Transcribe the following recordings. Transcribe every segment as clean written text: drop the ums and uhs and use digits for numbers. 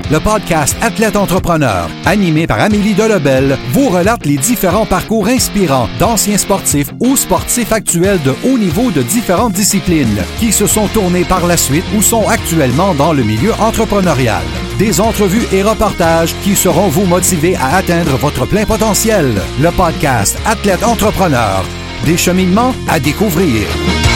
Le podcast Athlète Entrepreneur, animé par Amélie Delebel, vous relate les différents parcours inspirants d'anciens sportifs ou sportifs actuels de haut niveau de différentes disciplines qui se sont tournés par la suite ou sont actuellement dans le milieu entrepreneurial. Des entrevues et reportages qui sauront vous motiver à atteindre votre plein potentiel. Le podcast Athlète Entrepreneur, des cheminements à découvrir.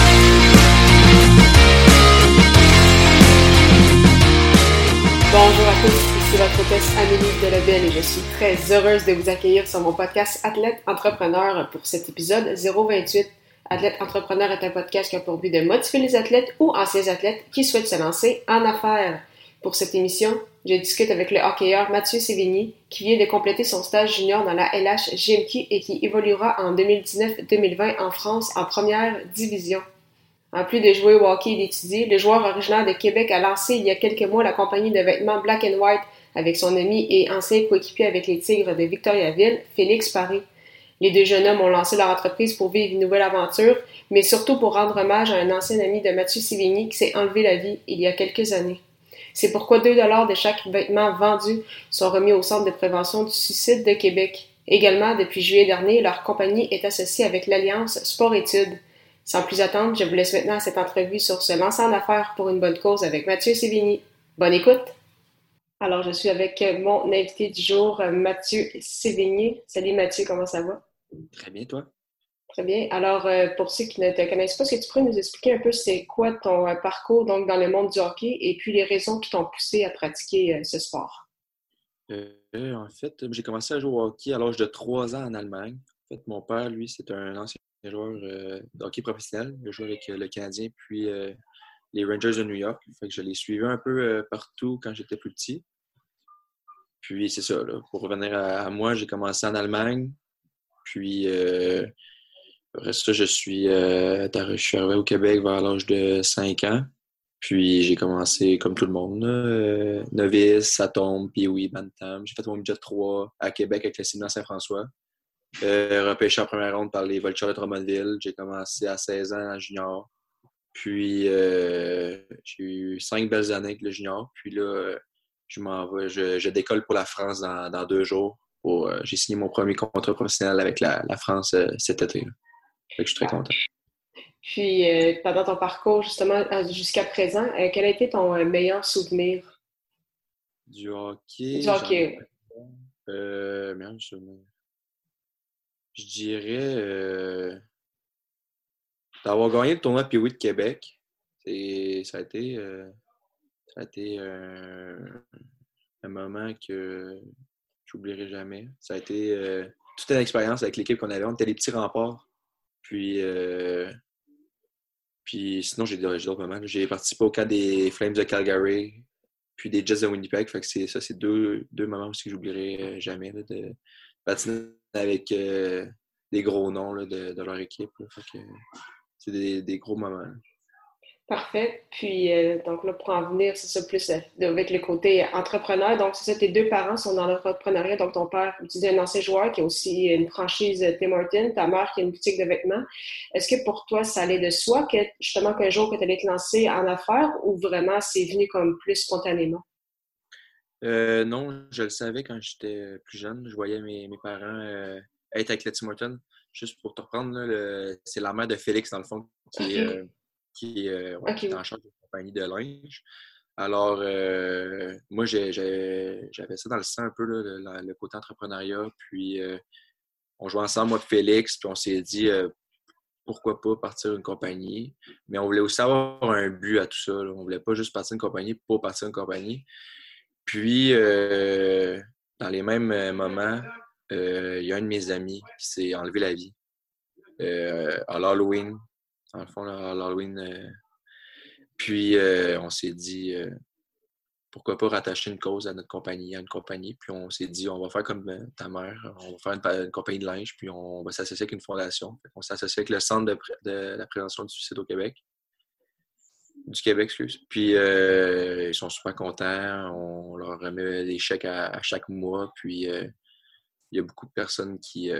Bonjour à tous, ici votre hôtesse Amélie Delebel et je suis très heureuse de vous accueillir sur mon podcast Athlète Entrepreneur pour cet épisode 028. Athlète Entrepreneur est un podcast qui a pour but de motiver les athlètes ou anciens athlètes qui souhaitent se lancer en affaires. Pour cette émission, je discute avec le hockeyeur Mathieu Sévigny qui vient de compléter son stage junior dans la LH GMQ et qui évoluera en 2019-2020 en France en première division. En plus de jouer au hockey et d'étudier, le joueur originaire de Québec a lancé il y a quelques mois la compagnie de vêtements Black & White avec son ami et ancien coéquipier avec les Tigres de Victoriaville, Félix Paré. Les deux jeunes hommes ont lancé leur entreprise pour vivre une nouvelle aventure, mais surtout pour rendre hommage à un ancien ami de Mathieu Sévigny qui s'est enlevé la vie il y a quelques années. C'est pourquoi 2 $ de chaque vêtement vendu sont remis au Centre de prévention du suicide de Québec. Également, depuis juillet dernier, leur compagnie est associée avec l'Alliance Sport-Études. Sans plus attendre, je vous laisse maintenant à cette entrevue sur se lancer en affaires pour une bonne cause avec Mathieu Sévigny. Bonne écoute! Alors, je suis avec mon invité du jour, Mathieu Sévigny. Salut Mathieu, comment ça va? Très bien, toi? Très bien. Alors, pour ceux qui ne te connaissent pas, est-ce que tu pourrais nous expliquer un peu c'est quoi ton parcours donc, dans le monde du hockey et puis les raisons qui t'ont poussé à pratiquer ce sport? En fait, j'ai commencé à jouer au hockey à l'âge de 3 ans en Allemagne. En fait, mon père, lui, c'est un ancien joueur de hockey professionnel. Il a joué avec le Canadien puis les Rangers de New York. Fait que je l'ai suivi un peu partout quand j'étais plus petit. Puis c'est ça, là. Pour revenir à moi, j'ai commencé en Allemagne. Puis après ça, je suis arrivé au Québec vers l'âge de 5 ans. Puis j'ai commencé comme tout le monde, novice, ça tombe, puis oui, bantam. J'ai fait mon midget 3 à Québec avec le Cédant Saint-François. Repêché en première ronde par les Vultures de Drummondville. J'ai commencé à 16 ans en junior. Puis j'ai eu 5 belles années avec le junior. Puis là, je m'en vais, je décolle pour la France dans 2 jours. J'ai signé mon premier contrat professionnel avec la France cet été. Fait que je suis très content. Puis, pendant ton parcours, justement, jusqu'à présent, quel a été ton meilleur souvenir? Du hockey. Du hockey. Meilleur souvenir. Je dirais d'avoir gagné le tournoi Pee-Wee de Québec. Ça a été un moment que j'oublierai jamais. Ça a été toute une expérience avec l'équipe qu'on avait. On était les petits remparts. Puis sinon, j'ai d'autres moments. J'ai participé au cas des Flames de Calgary, puis des Jets de Winnipeg. Fait que c'est deux moments aussi que j'oublierai jamais, là, de patiner avec des gros noms là, de leur équipe. Là. Fait que c'est des gros moments. Parfait. Puis, donc là, pour en venir, c'est ça plus avec le côté entrepreneur. Donc, c'est ça, tes 2 parents sont dans l'entrepreneuriat. Donc, ton père, tu dis un ancien joueur qui a aussi une franchise Tim Hortons, ta mère qui a une boutique de vêtements. Est-ce que pour toi, ça allait de soi que, justement, qu'un jour que tu allais te lancer en affaires ou vraiment c'est venu comme plus spontanément? Non, je le savais quand j'étais plus jeune. Je voyais mes parents être avec le Tim Hortons. Juste pour te reprendre, là, c'est la mère de Félix, dans le fond, qui est en charge de la compagnie de linge. Alors, moi, j'avais ça dans le sang un peu, là, le côté entrepreneuriat. Puis, on jouait ensemble, moi et Félix, puis on s'est dit pourquoi pas partir une compagnie. Mais on voulait aussi avoir un but à tout ça. Là. On voulait pas juste partir une compagnie pour partir une compagnie. Puis, dans les mêmes moments, il y a un de mes amis qui s'est enlevé la vie à l'Halloween. Dans le fond, à l'Halloween. Puis, on s'est dit, pourquoi pas rattacher une cause à notre compagnie, à une compagnie. Puis, on s'est dit, on va faire comme ta mère, on va faire une compagnie de linge, puis on va s'associer avec une fondation. On s'est associé avec le Centre de la prévention du suicide au Québec. Du Québec, excuse. Puis, ils sont super contents. On leur remet des chèques à chaque mois. Puis, il y a beaucoup de personnes qui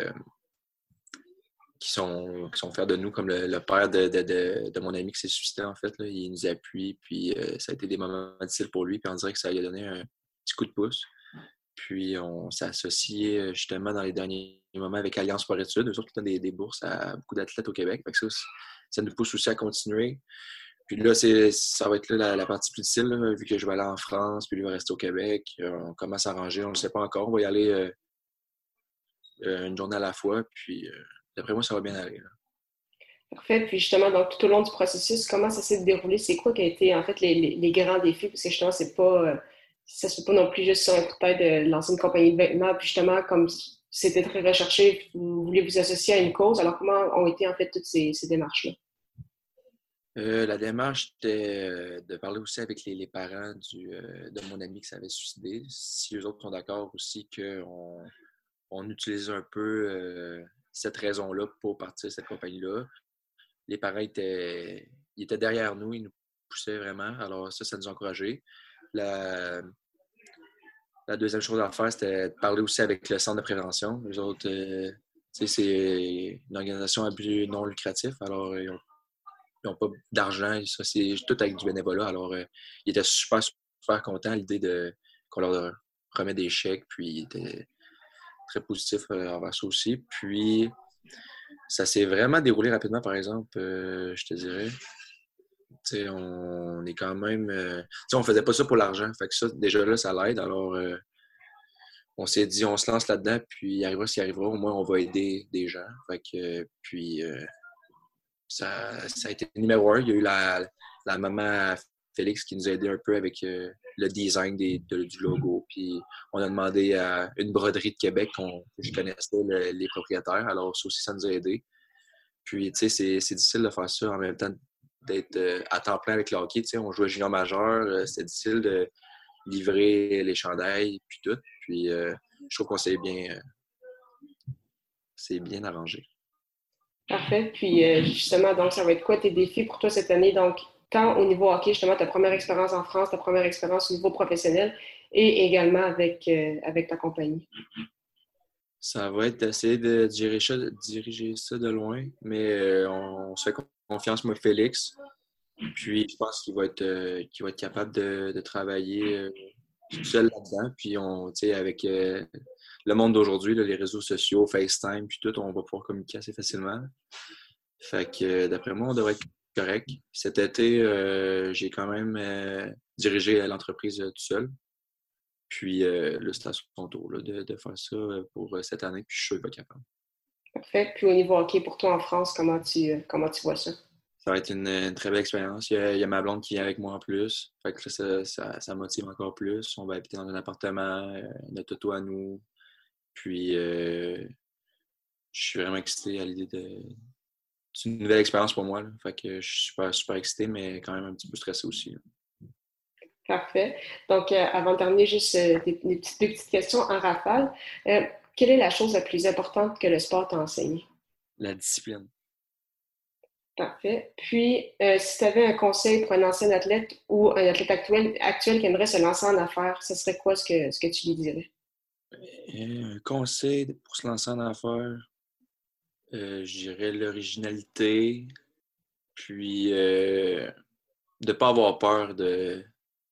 sont fiers de nous, comme le père de mon ami qui s'est suicidé, en fait. Là. Il nous appuie, puis ça a été des moments difficiles pour lui. Puis on dirait que ça lui a donné un petit coup de pouce. Puis, on s'est associé justement dans les derniers moments avec Alliance Sport Études. Eux autres, qui donnent des bourses à beaucoup d'athlètes au Québec. Fait que ça nous pousse aussi à continuer. Puis là, ça va être là la partie plus difficile, là, vu que je vais aller en France, puis lui va rester au Québec. On commence à arranger, on ne le sait pas encore. On va y aller une journée à la fois. Puis, d'après moi, ça va bien aller. Là. Parfait. Puis justement, donc tout au long du processus, comment ça s'est déroulé? C'est quoi qui a été en fait les grands défis? Parce que justement, c'est pas ça se fait pas non plus juste sur un coup de tête de lancer une compagnie de vêtements. Puis justement, comme c'était très recherché, vous voulez vous associer à une cause. Alors, comment ont été en fait toutes ces démarches-là? La démarche, c'était de parler aussi avec les parents de mon ami qui s'avait suicidé. Si eux autres sont d'accord aussi qu'on utilise un peu cette raison-là pour partir de cette compagnie-là. Les parents ils étaient derrière nous, ils nous poussaient vraiment. Alors ça nous a encouragés. La deuxième chose à faire, c'était de parler aussi avec le centre de prévention. Les autres, c'est une organisation à but non lucratif. Alors, ils n'ont pas d'argent. Ça, c'est tout avec du bénévolat. Alors, ils étaient super, super contents à l'idée qu'on leur remet des chèques. Puis, ils étaient très positifs envers ça aussi. Puis, ça s'est vraiment déroulé rapidement, par exemple, je te dirais. T'sais, on est quand même... on faisait pas ça pour l'argent. Fait que ça, déjà là, ça l'aide. Alors, on s'est dit, on se lance là-dedans, puis il arrivera ce qui arrivera. Au moins, on va aider des gens. Fait que, puis, ça a été numéro 1. Il y a eu la maman Félix qui nous a aidé un peu avec le design du logo. Puis, on a demandé à une broderie de Québec que je connaissais les propriétaires. Alors, ça aussi, ça nous a aidés. Puis, tu sais, c'est difficile de faire ça en même temps d'être à temps plein avec le hockey. Tu sais, on jouait junior majeur. C'est difficile de livrer les chandails puis tout. Puis, je trouve qu'on s'est bien arrangé. Parfait. Puis justement, donc, ça va être quoi tes défis pour toi cette année? Donc, tant au niveau hockey, justement, ta première expérience en France, ta première expérience au niveau professionnel et également avec ta compagnie. Ça va être d'essayer de diriger ça de loin, mais on se fait confiance, moi, Félix. Puis, je pense qu'il va être capable de travailler tout seul là-dedans. Puis, avec le monde d'aujourd'hui, là, les réseaux sociaux, FaceTime, puis tout, on va pouvoir communiquer assez facilement. Fait que, d'après moi, on devrait être correct. Cet été, j'ai quand même dirigé l'entreprise tout seul. Puis, là, c'est à son tour là, de faire ça pour cette année. Puis, je suis pas capable. Parfait. Puis, au niveau hockey, pour toi en France, comment tu vois ça? Ça va être une très belle expérience. Il y a ma blonde qui est avec moi en plus. Fait que là, ça motive encore plus. On va habiter dans un appartement, notre auto à nous. Puis, je suis vraiment excité à l'idée c'est une nouvelle expérience pour moi. Là. Fait que je suis super, super excité, mais quand même un petit peu stressé aussi. Là. Parfait. Donc, avant de terminer, juste deux petites questions en rafale. Quelle est la chose la plus importante que le sport t'a enseigné? La discipline. Parfait. Puis, si tu avais un conseil pour un ancien athlète ou un athlète actuel qui aimerait se lancer en affaires, ce serait quoi ce que tu lui dirais? Un conseil pour se lancer en affaires, je dirais l'originalité, puis de ne pas avoir peur de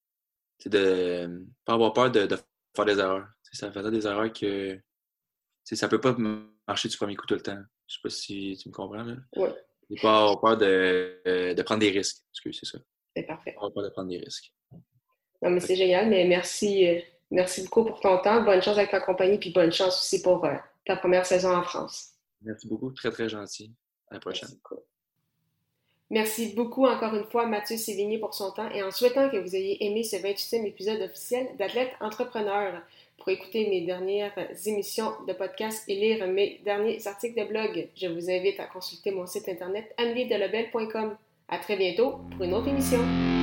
pas avoir peur de faire des erreurs. Ça fait des erreurs que ça ne peut pas marcher du premier coup tout le temps. Je sais pas si tu me comprends. Là. Oui. Ne pas avoir peur de prendre des risques. Excusez, c'est ça. C'est parfait. Pas avoir peur de prendre des risques. Non, mais c'est génial. Mais merci beaucoup pour ton temps. Bonne chance avec ta compagnie, puis bonne chance aussi pour ta première saison en France. Merci beaucoup. Très, très gentil. À la prochaine. Merci beaucoup encore une fois à Mathieu Sévigné pour son temps et en souhaitant que vous ayez aimé ce 28e épisode officiel d'Athlète Entrepreneur. Pour écouter mes dernières émissions de podcast et lire mes derniers articles de blog, je vous invite à consulter mon site internet ameliedelobel.com. À très bientôt pour une autre émission.